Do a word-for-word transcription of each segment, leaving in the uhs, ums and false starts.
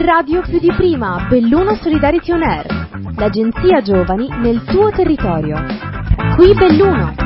Radio più di prima, Belluno Solidarity On Air, l'agenzia giovani nel tuo territorio. Qui Belluno.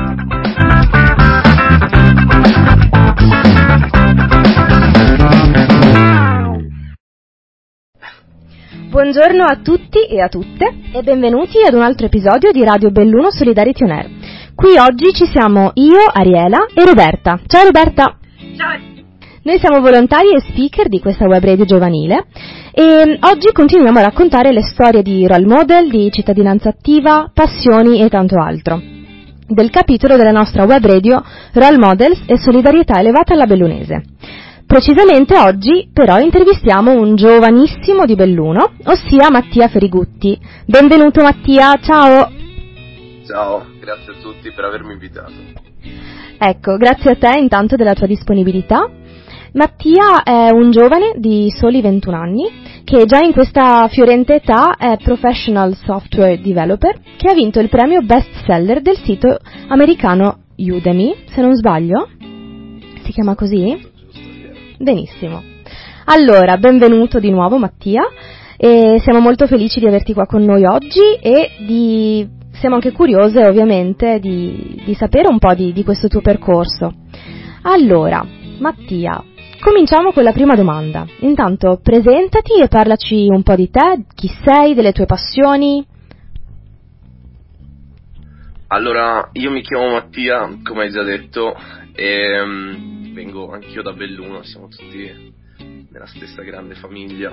Buongiorno a tutti e a tutte e benvenuti ad un altro episodio di Radio Belluno Solidarity On Air. Qui oggi ci siamo io, Ariela e Roberta. Ciao Roberta! Ciao! Noi siamo volontari e speaker di questa web radio giovanile e oggi continuiamo a raccontare le storie di role model, di cittadinanza attiva, passioni e tanto altro, del capitolo della nostra web radio Role Models e solidarietà elevata alla bellunese. Precisamente oggi però intervistiamo un giovanissimo di Belluno, ossia Mattia Ferigutti. Benvenuto Mattia, ciao! Ciao, grazie a tutti per avermi invitato. Ecco, grazie a te intanto della tua disponibilità. Mattia è un giovane di soli ventuno anni che già in questa fiorente età è Professional Software Developer che ha vinto il premio Best Seller del sito americano Udemy, se non sbaglio. Si chiama così? Benissimo. Allora, benvenuto di nuovo Mattia e siamo molto felici di averti qua con noi oggi e di, siamo anche curiose ovviamente di, di sapere un po' di, di questo tuo percorso. Allora, Mattia, cominciamo con la prima domanda. Intanto presentati e parlaci un po' di te, chi sei, delle tue passioni. Allora, io mi chiamo Mattia, come hai già detto, e um, vengo anch'io da Belluno, siamo tutti nella stessa grande famiglia.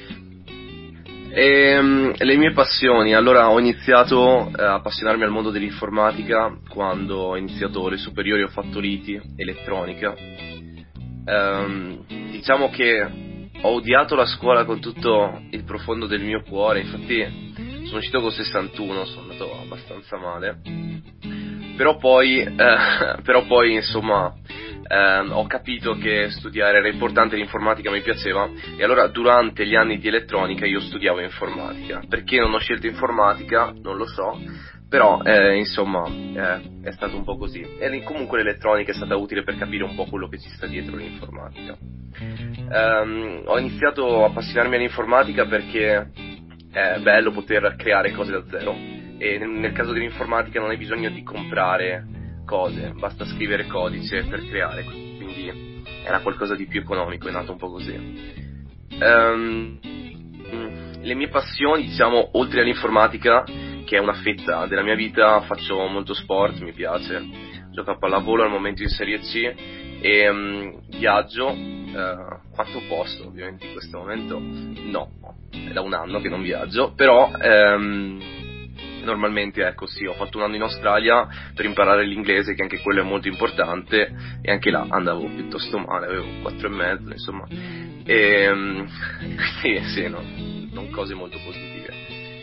E um, le mie passioni, allora ho iniziato uh, a appassionarmi al mondo dell'informatica quando ho iniziato le superiori, ho fatto liti, elettronica. Um, diciamo che ho odiato la scuola con tutto il profondo del mio cuore, infatti sono uscito con sessantuno, sono andato abbastanza male, però poi, eh, però poi insomma eh, ho capito che studiare era importante, l'informatica mi piaceva e allora durante gli anni di elettronica io studiavo informatica. Perché non ho scelto informatica non lo so, però eh, insomma eh, è stato un po' così e comunque l'elettronica è stata utile per capire un po' quello che ci sta dietro l'informatica. Um, ho iniziato a appassionarmi all'informatica perché è bello poter creare cose da zero e nel, nel caso dell'informatica non hai bisogno di comprare cose, basta scrivere codice per creare, quindi era qualcosa di più economico, è nato un po' così. Um, le mie passioni, diciamo, oltre all'informatica, che è una fetta della mia vita, faccio molto sport, mi piace, gioco a pallavolo al momento in Serie C e um, viaggio uh, quanto posso, ovviamente in questo momento no, è da un anno che non viaggio, però um, normalmente ecco sì, ho fatto un anno in Australia per imparare l'inglese, che anche quello è molto importante, e anche là andavo piuttosto male, avevo quattro e mezzo insomma, e um, sì, sì, no, non cose molto positive.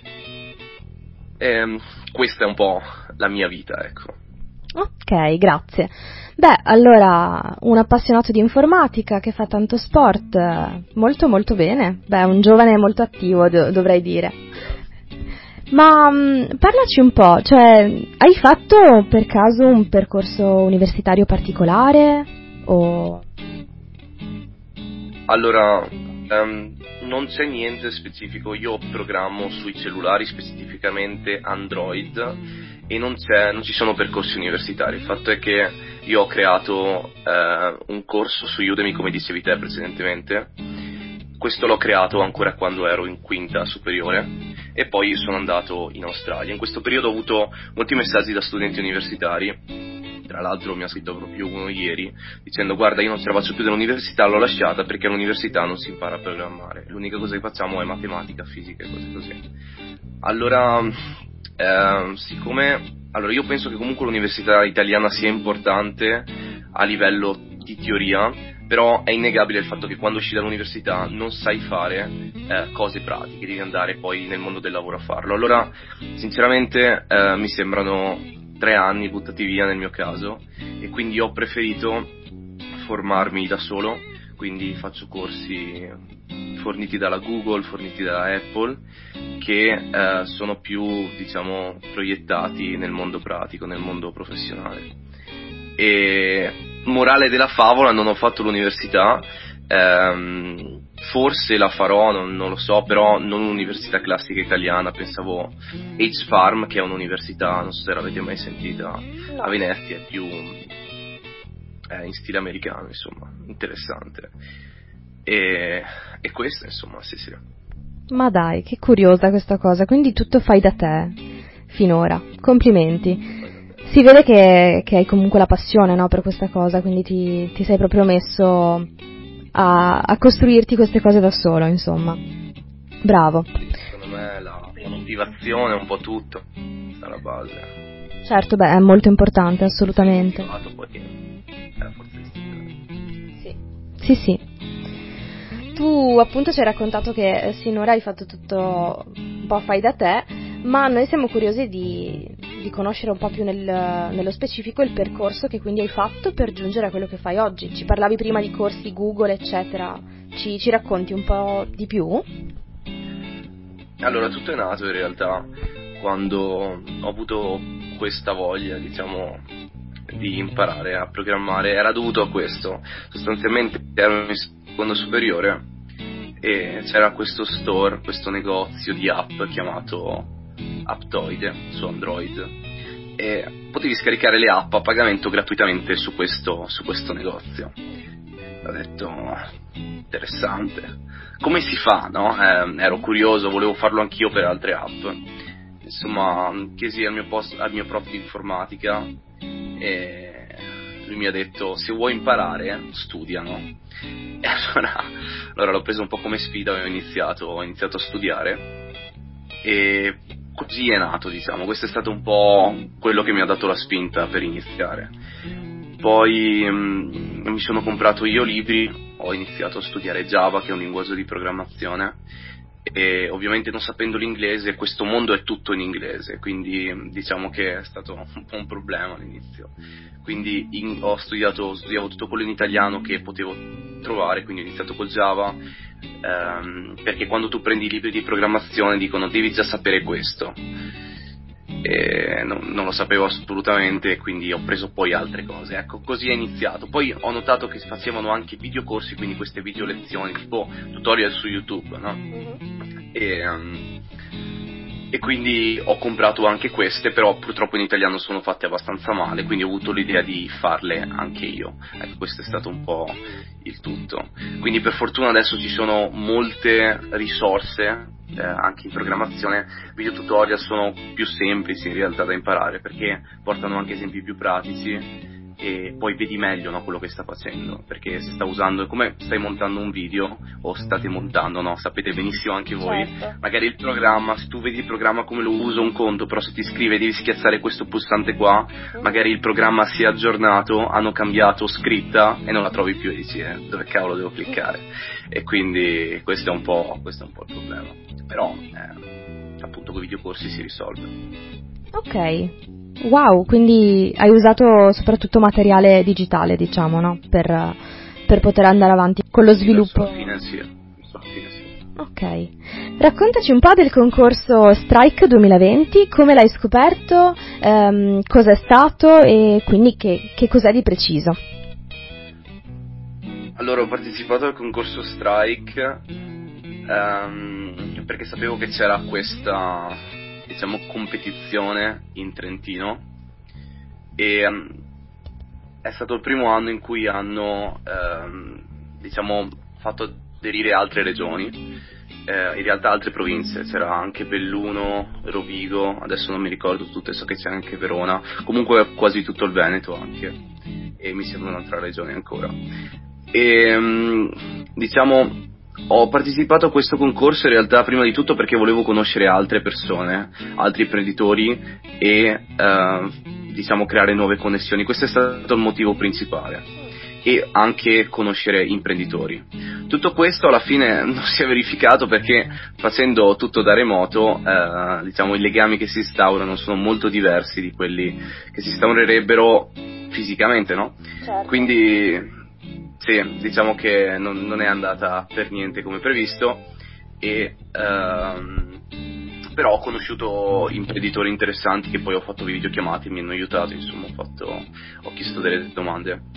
E, um, questa è un po' la mia vita, ecco. Ok, grazie. Beh, allora, un appassionato di informatica che fa tanto sport, molto molto bene. Beh, un giovane molto attivo, do- dovrei dire. Ma mh, parlaci un po', cioè, hai fatto per caso un percorso universitario particolare? O... Allora, um, non c'è niente specifico, io programmo sui cellulari, specificamente Android, e non c'è, non ci sono percorsi universitari. Il fatto è che io ho creato eh, un corso su Udemy, come dicevi te precedentemente. Questo l'ho creato ancora quando ero in quinta superiore e poi sono andato in Australia. In questo periodo ho avuto molti messaggi da studenti universitari. Tra l'altro mi ha scritto proprio uno ieri dicendo: guarda, io non ce la faccio più dell'università, l'ho lasciata perché all'università non si impara a programmare, l'unica cosa che facciamo è matematica, fisica e cose così. Allora, eh, siccome allora io penso che comunque l'università italiana sia importante a livello di teoria, però è innegabile il fatto che quando esci dall'università non sai fare eh, cose pratiche, devi andare poi nel mondo del lavoro a farlo. Allora, sinceramente, eh, mi sembrano tre anni buttati via nel mio caso, e quindi ho preferito formarmi da solo, quindi faccio corsi forniti dalla Google, forniti dalla Apple, che eh, sono più, diciamo, proiettati nel mondo pratico, nel mondo professionale. E morale della favola, non ho fatto l'università, ehm, forse la farò, non, non lo so, però non un'università classica italiana, pensavo H Farm, che è un'università, non so se l'avete mai sentita, No. a Venezia, è più eh, in stile americano, insomma, interessante. E, e questo, insomma, sì sì. Ma dai, che curiosa questa cosa, quindi tutto fai da te, finora, complimenti. Si vede che, che hai comunque la passione, no, per questa cosa, quindi ti, ti sei proprio messo a, a costruirti queste cose da solo, insomma. Bravo. Secondo me la, la motivazione è un po' tutto, sta alla base. Certo, beh, è molto importante, assolutamente. Motivato, poi è la forza istintiva. Sì. Sì, sì. Tu appunto ci hai raccontato che sinora hai fatto tutto un po' fai da te, ma noi siamo curiosi di, di conoscere un po' più nel, nello specifico il percorso che quindi hai fatto per giungere a quello che fai oggi. Ci parlavi prima di corsi Google, eccetera. Ci, ci racconti un po' di più? Allora, tutto è nato in realtà quando ho avuto questa voglia, diciamo, di imparare a programmare. Era dovuto a questo. Sostanzialmente ero in secondo superiore e c'era questo store, questo negozio di app chiamato Aptoide su Android, e potevi scaricare le app a pagamento gratuitamente su questo, su questo negozio. Ho detto, interessante, come si fa, no? Eh, ero curioso, volevo farlo anch'io per altre app. Insomma, chiesi al mio, post, al mio prof di informatica e lui mi ha detto, se vuoi imparare, studia, no? E allora, allora l'ho preso un po' come sfida e ho iniziato, ho iniziato a studiare e così è nato, diciamo. Questo è stato un po' quello che mi ha dato la spinta per iniziare. Poi mh, mi sono comprato io libri, ho iniziato a studiare Java, che è un linguaggio di programmazione, e ovviamente non sapendo l'inglese, questo mondo è tutto in inglese, quindi diciamo che è stato un po' un problema all'inizio. Quindi in, ho studiato, studiavo tutto quello in italiano che potevo trovare, quindi ho iniziato col Java, ehm, perché quando tu prendi i libri di programmazione dicono devi già sapere questo, e non, non lo sapevo assolutamente, quindi ho preso poi altre cose. Ecco, così è iniziato. Poi ho notato che facevano anche videocorsi, quindi queste video lezioni, tipo tutorial su YouTube, no? Mm-hmm. E, um, e quindi ho comprato anche queste, però purtroppo in italiano sono fatte abbastanza male, quindi ho avuto l'idea di farle anche io. Ecco, questo è stato un po' il tutto. Quindi per fortuna adesso ci sono molte risorse, eh, anche in programmazione. Video tutorial sono più semplici in realtà da imparare, perché portano anche esempi più pratici e poi vedi meglio, no, quello che sta facendo, perché se sta usando, come stai montando un video o state montando, no, sapete benissimo anche voi, certo. Magari il programma, se tu vedi il programma come lo usa un conto, però se ti scrive devi schiacciare questo pulsante qua, mm. magari il programma si è aggiornato, hanno cambiato scritta e non la trovi più e dici eh, dove cavolo devo cliccare, mm. e quindi questo è un po' questo è un po' il problema, però eh, appunto con i videocorsi si risolve. Ok. Wow, quindi hai usato soprattutto materiale digitale, diciamo, no? Per, per poter andare avanti con lo sviluppo. Alla fine sì, alla fine sì. Ok. Raccontaci un po' del concorso Strike duemilaventi, come l'hai scoperto, ehm, cosa è stato e quindi che, che cos'è di preciso. Allora, ho partecipato al concorso Strike ehm, perché sapevo che c'era questa, diciamo, competizione in Trentino e um, è stato il primo anno in cui hanno um, diciamo fatto aderire altre regioni, eh, in realtà altre province, c'era anche Belluno, Rovigo, adesso non mi ricordo tutte, so che c'è anche Verona, comunque quasi tutto il Veneto anche, e mi sembra un'altra regione ancora. E um, diciamo ho partecipato a questo concorso in realtà prima di tutto perché volevo conoscere altre persone, altri imprenditori e uh, diciamo creare nuove connessioni. Questo è stato il motivo principale, e anche conoscere imprenditori. Tutto questo alla fine non si è verificato perché facendo tutto da remoto uh, diciamo i legami che si instaurano sono molto diversi di quelli che si instaurerebbero fisicamente, no? Certo. Quindi sì, diciamo che non, non è andata per niente come previsto, e ehm, però ho conosciuto imprenditori interessanti che poi ho fatto videochiamate, mi hanno aiutato, insomma ho, fatto, ho chiesto delle domande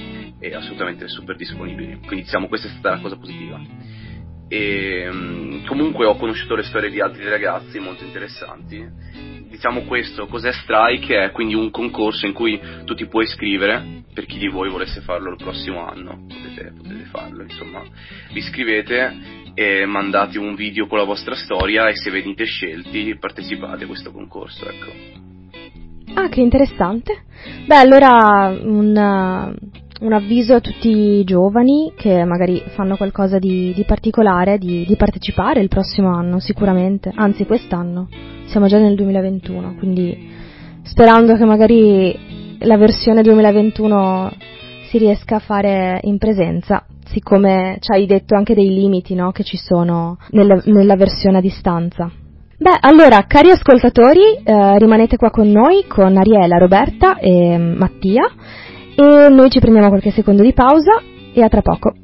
e assolutamente super disponibili, quindi diciamo questa è stata la cosa positiva. E comunque ho conosciuto le storie di altri ragazzi molto interessanti. Diciamo questo, cos'è Strike? È quindi un concorso in cui tu ti puoi iscrivere, per chi di voi volesse farlo il prossimo anno, potete, potete farlo, insomma, vi iscrivete e mandate un video con la vostra storia e se venite scelti partecipate a questo concorso, ecco. Ah, che interessante. Beh, allora un, un avviso a tutti i giovani che magari fanno qualcosa di, di particolare, di, di partecipare il prossimo anno, sicuramente, anzi quest'anno, siamo già nel duemilaventuno, quindi sperando che magari la versione duemilaventuno si riesca a fare in presenza, siccome ci hai detto anche dei limiti, no, che ci sono nella, nella versione a distanza. Beh, allora, cari ascoltatori, eh, rimanete qua con noi, con Ariela, Roberta e Mattia, e noi ci prendiamo qualche secondo di pausa e a tra poco.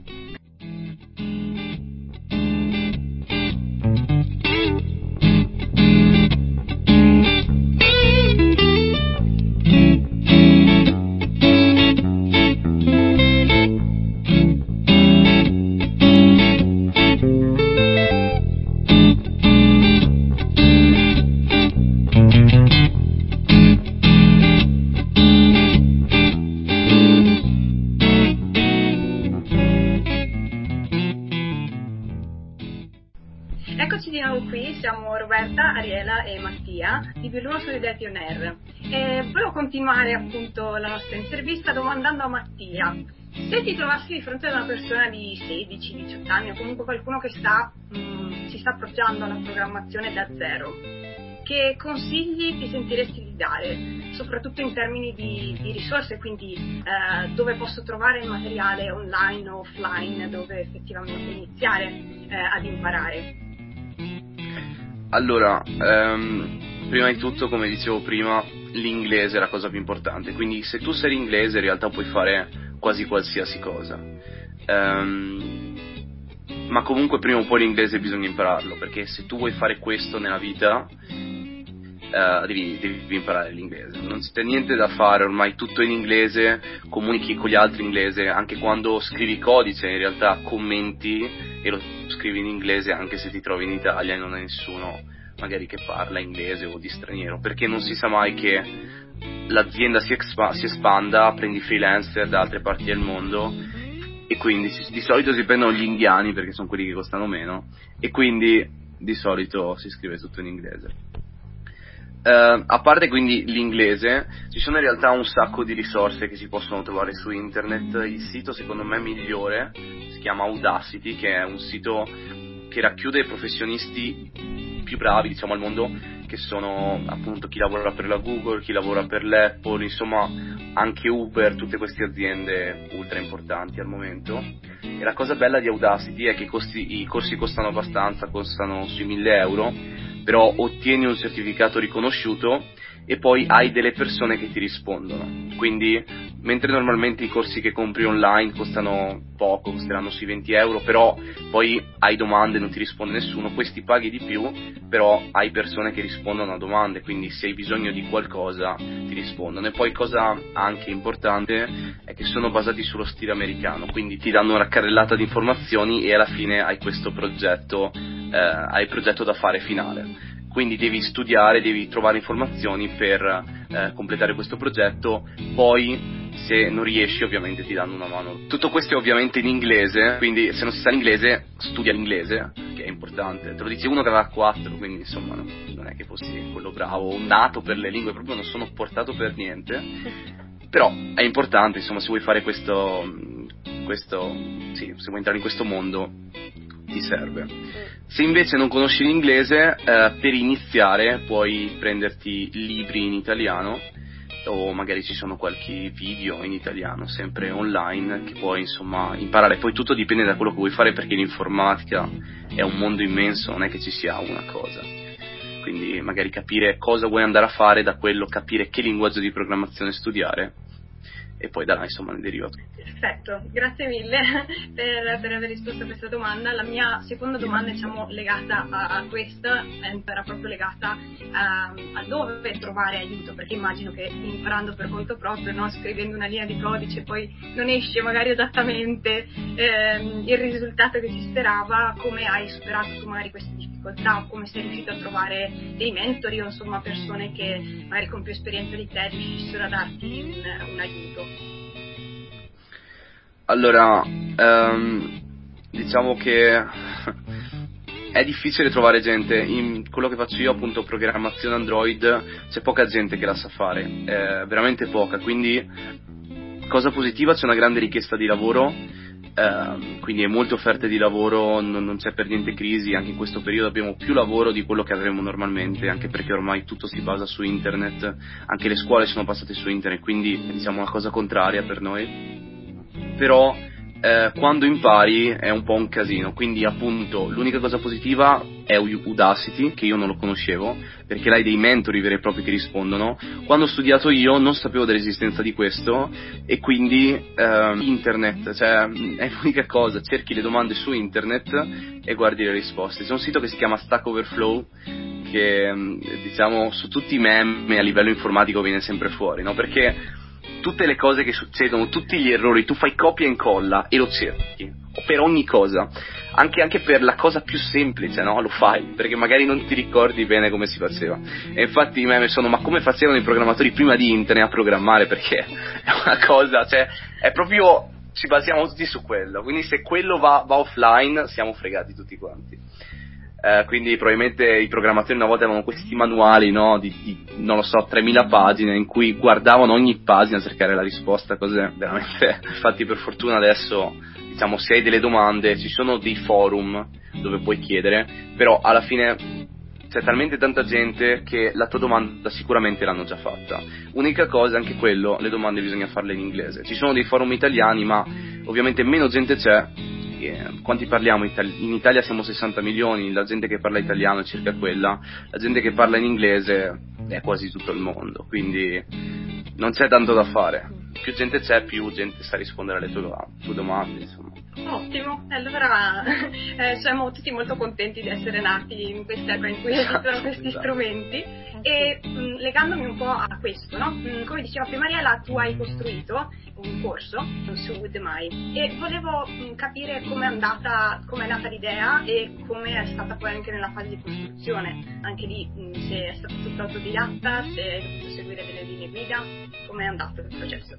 Eccoci di nuovo qui, siamo Roberta, Ariela e Mattia di Belluno Solidarity On Air e volevo continuare appunto la nostra intervista domandando a Mattia: se ti trovassi di fronte ad una persona di sedici diciotto anni o comunque qualcuno che sta, mh, si sta approcciando alla programmazione da zero, che consigli ti sentiresti di dare, soprattutto in termini di, di risorse, quindi eh, dove posso trovare il materiale online o offline, dove effettivamente iniziare eh, ad imparare? Allora, ehm, prima di tutto, come dicevo prima, l'inglese è la cosa più importante, quindi se tu sai l'inglese in realtà puoi fare quasi qualsiasi cosa, ehm, ma comunque prima o poi l'inglese bisogna impararlo, perché se tu vuoi fare questo nella vita eh, devi, devi imparare l'inglese, non c'è niente da fare, ormai tutto in inglese, comunichi con gli altri in inglese, anche quando scrivi codice in realtà commenti e lo scrivi in inglese anche se ti trovi in Italia e non hai nessuno magari che parla inglese o di straniero, perché non si sa mai che l'azienda si, expa- si espanda, prendi freelancer da altre parti del mondo e quindi di solito si prendono gli indiani perché sono quelli che costano meno e quindi di solito si scrive tutto in inglese. Uh, a parte quindi l'inglese, ci sono in realtà un sacco di risorse che si possono trovare su internet. Il sito secondo me migliore si chiama Udacity, che è un sito che racchiude professionisti più bravi diciamo al mondo, che sono appunto chi lavora per la Google, chi lavora per l'Apple, insomma anche Uber, tutte queste aziende ultra importanti al momento. E la cosa bella di Udacity è che i, costi, i corsi costano abbastanza, costano sui mille euro, però ottieni un certificato riconosciuto e poi hai delle persone che ti rispondono. Quindi, mentre normalmente i corsi che compri online costano poco, costeranno sui venti euro, però poi hai domande e non ti risponde nessuno, questi paghi di più, però hai persone che rispondono a domande, quindi se hai bisogno di qualcosa ti rispondono. E poi cosa anche importante è che sono basati sullo stile americano, quindi ti danno una carrellata di informazioni e alla fine hai questo progetto, eh, hai il progetto da fare finale. Quindi devi studiare, devi trovare informazioni per eh, completare questo progetto, poi se non riesci ovviamente ti danno una mano. Tutto questo è ovviamente in inglese, quindi se non si sa l'inglese studia l'inglese, che è importante. Te lo dice uno che aveva quattro, quindi insomma no, non è che fossi quello bravo, nato per le lingue, proprio non sono portato per niente, però è importante, insomma, se vuoi fare questo, questo sì, se vuoi entrare in questo mondo ti serve. Se invece non conosci l'inglese, eh, per iniziare puoi prenderti libri in italiano o magari ci sono qualche video in italiano sempre online che puoi insomma imparare. Poi tutto dipende da quello che vuoi fare, perché l'informatica è un mondo immenso, non è che ci sia una cosa, quindi magari capire cosa vuoi andare a fare, da quello capire che linguaggio di programmazione studiare e poi da là insomma ne deriva tutto. Perfetto, grazie mille per, per aver risposto a questa domanda. La mia seconda domanda, diciamo, legata a, a questa era proprio legata a, a dove trovare aiuto, perché immagino che imparando per conto proprio, no, scrivendo una linea di codice poi non esce magari esattamente ehm, il risultato che si sperava. Come hai superato tu magari queste difficoltà, o come sei riuscito a trovare dei mentori o insomma persone che magari con più esperienza di te riuscissero a darti un, un aiuto? Allora, um, diciamo che è difficile trovare gente. In quello che faccio io, appunto, programmazione Android, c'è poca gente che la sa fare, eh, veramente poca, quindi cosa positiva, c'è una grande richiesta di lavoro, eh, quindi è molte offerte di lavoro, non, non c'è per niente crisi. Anche in questo periodo abbiamo più lavoro di quello che avremo normalmente, anche perché ormai tutto si basa su internet, anche le scuole sono passate su internet, quindi diciamo una cosa contraria per noi. Però eh, quando impari è un po' un casino, quindi appunto l'unica cosa positiva è Udacity, che io non lo conoscevo, perché là hai dei mentori veri e propri che rispondono. Quando ho studiato io non sapevo dell'esistenza di questo, e quindi eh, internet, cioè è l'unica cosa, cerchi le domande su internet e guardi le risposte. C'è un sito che si chiama Stack Overflow, che diciamo su tutti i meme a livello informatico viene sempre fuori, no? Perché tutte le cose che succedono, tutti gli errori, tu fai copia e incolla e lo cerchi, o per ogni cosa, anche, anche per la cosa più semplice, no? Lo fai, perché magari non ti ricordi bene come si faceva. E infatti i meme sono: ma come facevano i programmatori prima di internet a programmare? Perché è una cosa, cioè, è proprio, ci basiamo tutti su quello, quindi se quello va, va offline siamo fregati tutti quanti. Eh, quindi probabilmente i programmatori una volta avevano questi manuali, no, di, di non lo so, tremila pagine, in cui guardavano ogni pagina a cercare la risposta, cose veramente. Infatti per fortuna adesso, diciamo, se hai delle domande ci sono dei forum dove puoi chiedere, però alla fine c'è talmente tanta gente che la tua domanda sicuramente l'hanno già fatta. Unica cosa, anche quello, le domande bisogna farle in inglese. Ci sono dei forum italiani, ma ovviamente meno gente c'è. Quanti parliamo? In Italia siamo sessanta milioni, la gente che parla italiano è circa quella, la gente che parla in inglese è quasi tutto il mondo, quindi non c'è tanto da fare. Più gente c'è, più gente sa rispondere alle tue, tue domande, insomma. Ottimo, allora eh, siamo tutti molto contenti di essere nati in quest'epoca in cui esistono questi strumenti. E mh, legandomi un po' a questo, no? Mh, come diceva prima Ariela, tu hai costruito un corso su Udemy e volevo mh, capire come è andata, come è nata l'idea e come è stata poi anche nella fase di costruzione, anche lì mh, se è stato tutto autodidatta, se hai dovuto seguire delle linee guida, come è andato il processo?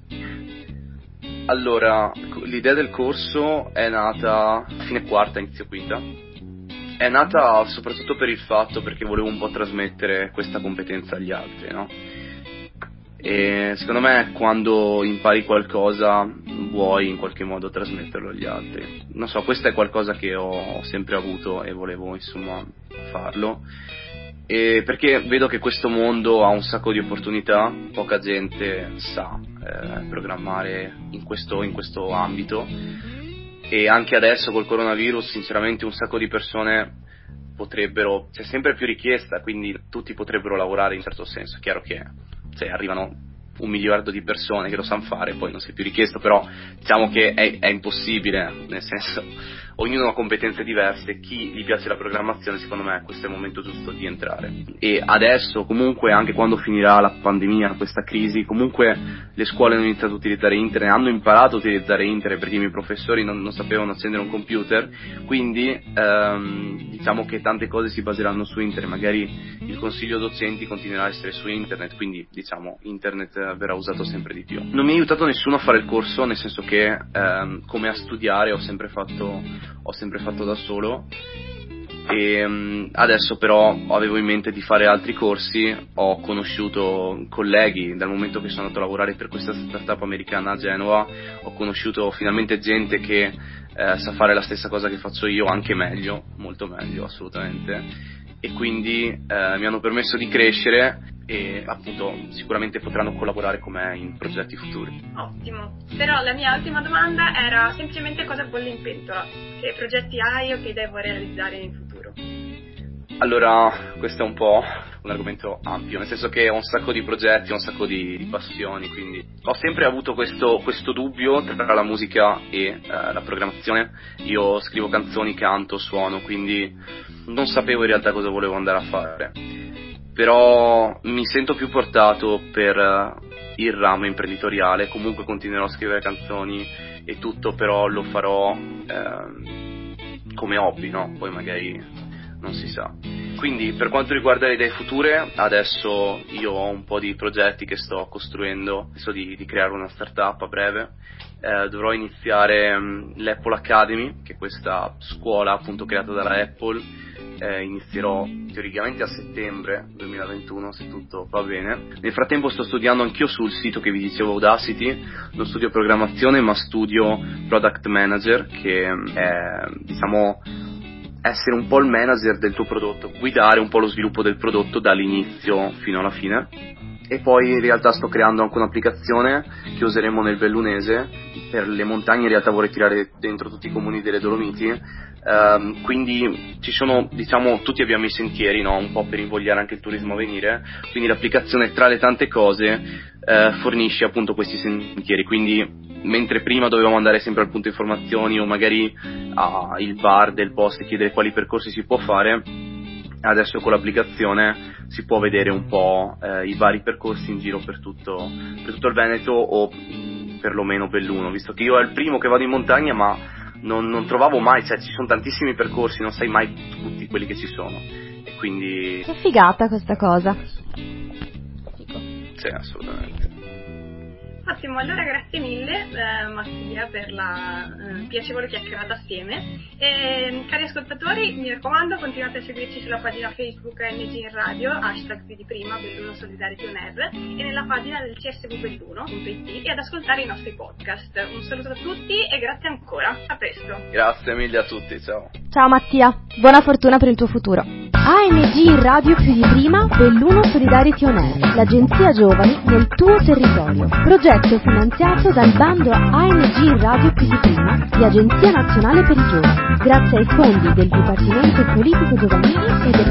Allora, l'idea del corso è nata fine quarta, inizio quinta. È nata soprattutto per il fatto perché volevo un po' trasmettere questa competenza agli altri, no? E secondo me quando impari qualcosa vuoi in qualche modo trasmetterlo agli altri. Non so, questo è qualcosa che ho sempre avuto e volevo insomma farlo. E perché vedo che questo mondo ha un sacco di opportunità, poca gente sa eh, programmare in questo, in questo ambito, e anche adesso col coronavirus sinceramente un sacco di persone potrebbero, c'è sempre più richiesta, quindi tutti potrebbero lavorare in un certo senso. È chiaro che cioè, arrivano un miliardo di persone che lo sanno fare, poi non sei più richiesto, però diciamo che è, è impossibile, nel senso ognuno ha competenze diverse. Chi gli piace la programmazione, secondo me questo è il momento giusto di entrare. E adesso comunque, anche quando finirà la pandemia, questa crisi, comunque le scuole hanno iniziato a utilizzare internet, hanno imparato a utilizzare internet, perché i miei professori non, non sapevano accendere un computer, quindi ehm, diciamo che tante cose si baseranno su internet. Magari il consiglio docenti continuerà a essere su internet, quindi diciamo internet verrà usato sempre di più. Non mi ha aiutato nessuno a fare il corso, nel senso che ehm, come a studiare ho sempre fatto ho sempre fatto da solo, e um, adesso però avevo in mente di fare altri corsi. Ho conosciuto colleghi, dal momento che sono andato a lavorare per questa startup americana a Genova, ho conosciuto finalmente gente che eh, sa fare la stessa cosa che faccio io, anche meglio, molto meglio assolutamente, e quindi eh, mi hanno permesso di crescere e appunto sicuramente potranno collaborare con me in progetti futuri. Ottimo, però la mia ultima domanda era semplicemente cosa bolle in pentola, che progetti hai o che idee vuoi realizzare in futuro? Allora, questo è un po' un argomento ampio, nel senso che ho un sacco di progetti, ho un sacco di, di passioni, quindi ho sempre avuto questo, questo dubbio tra la musica e eh, la programmazione. Io scrivo canzoni, canto, suono, quindi non sapevo in realtà cosa volevo andare a fare, però mi sento più portato per uh, il ramo imprenditoriale. Comunque continuerò a scrivere canzoni e tutto, però lo farò uh, come hobby, no? Poi magari non si sa. Quindi per quanto riguarda le idee future, adesso io ho un po' di progetti che sto costruendo, penso di, di creare una startup a breve. Eh, dovrò iniziare um, l'Apple Academy, che è questa scuola appunto creata dalla Apple. Eh, inizierò teoricamente a settembre duemilaventuno, se tutto va bene. Nel frattempo sto studiando anch'io sul sito che vi dicevo, Audacity. Non studio programmazione ma studio product manager, che è, diciamo, essere un po' il manager del tuo prodotto, guidare un po' lo sviluppo del prodotto dall'inizio fino alla fine. E poi in realtà sto creando anche un'applicazione che useremo nel Bellunese per le montagne. In realtà vorrei tirare dentro tutti i comuni delle Dolomiti, um, quindi ci sono, diciamo, tutti abbiamo i sentieri, no? Un po' per invogliare anche il turismo a venire, quindi l'applicazione tra le tante cose uh, fornisce appunto questi sentieri. Quindi mentre prima dovevamo andare sempre al punto informazioni o magari al bar del posto e chiedere quali percorsi si può fare, adesso con l'applicazione si può vedere un po' eh, i vari percorsi in giro per tutto, per tutto il Veneto, o perlomeno Belluno, visto che io è il primo che vado in montagna ma non, non trovavo mai, cioè ci sono tantissimi percorsi, non sai mai tutti quelli che ci sono, e quindi... Che figata questa cosa. Sì, assolutamente. Ottimo, allora grazie mille eh, Mattia per la eh, piacevole chiacchierata assieme. E, cari ascoltatori, mi raccomando, continuate a seguirci sulla pagina Facebook N G in Radio, hashtag più di prima, Belluno Solidarity On Air, e nella pagina del c s v belluno punto i t, e ad ascoltare i nostri podcast. Un saluto a tutti e grazie ancora, a presto. Grazie mille a tutti, ciao. Ciao Mattia, buona fortuna per il tuo futuro. A N G in Radio più di prima, Belluno Solidarity On Air, l'agenzia giovani nel tuo territorio. Progetto finanziato dal bando A N G in Radio più di prima di Agenzia Nazionale per i Giovani, grazie ai fondi del Dipartimento Politico Giovanili e del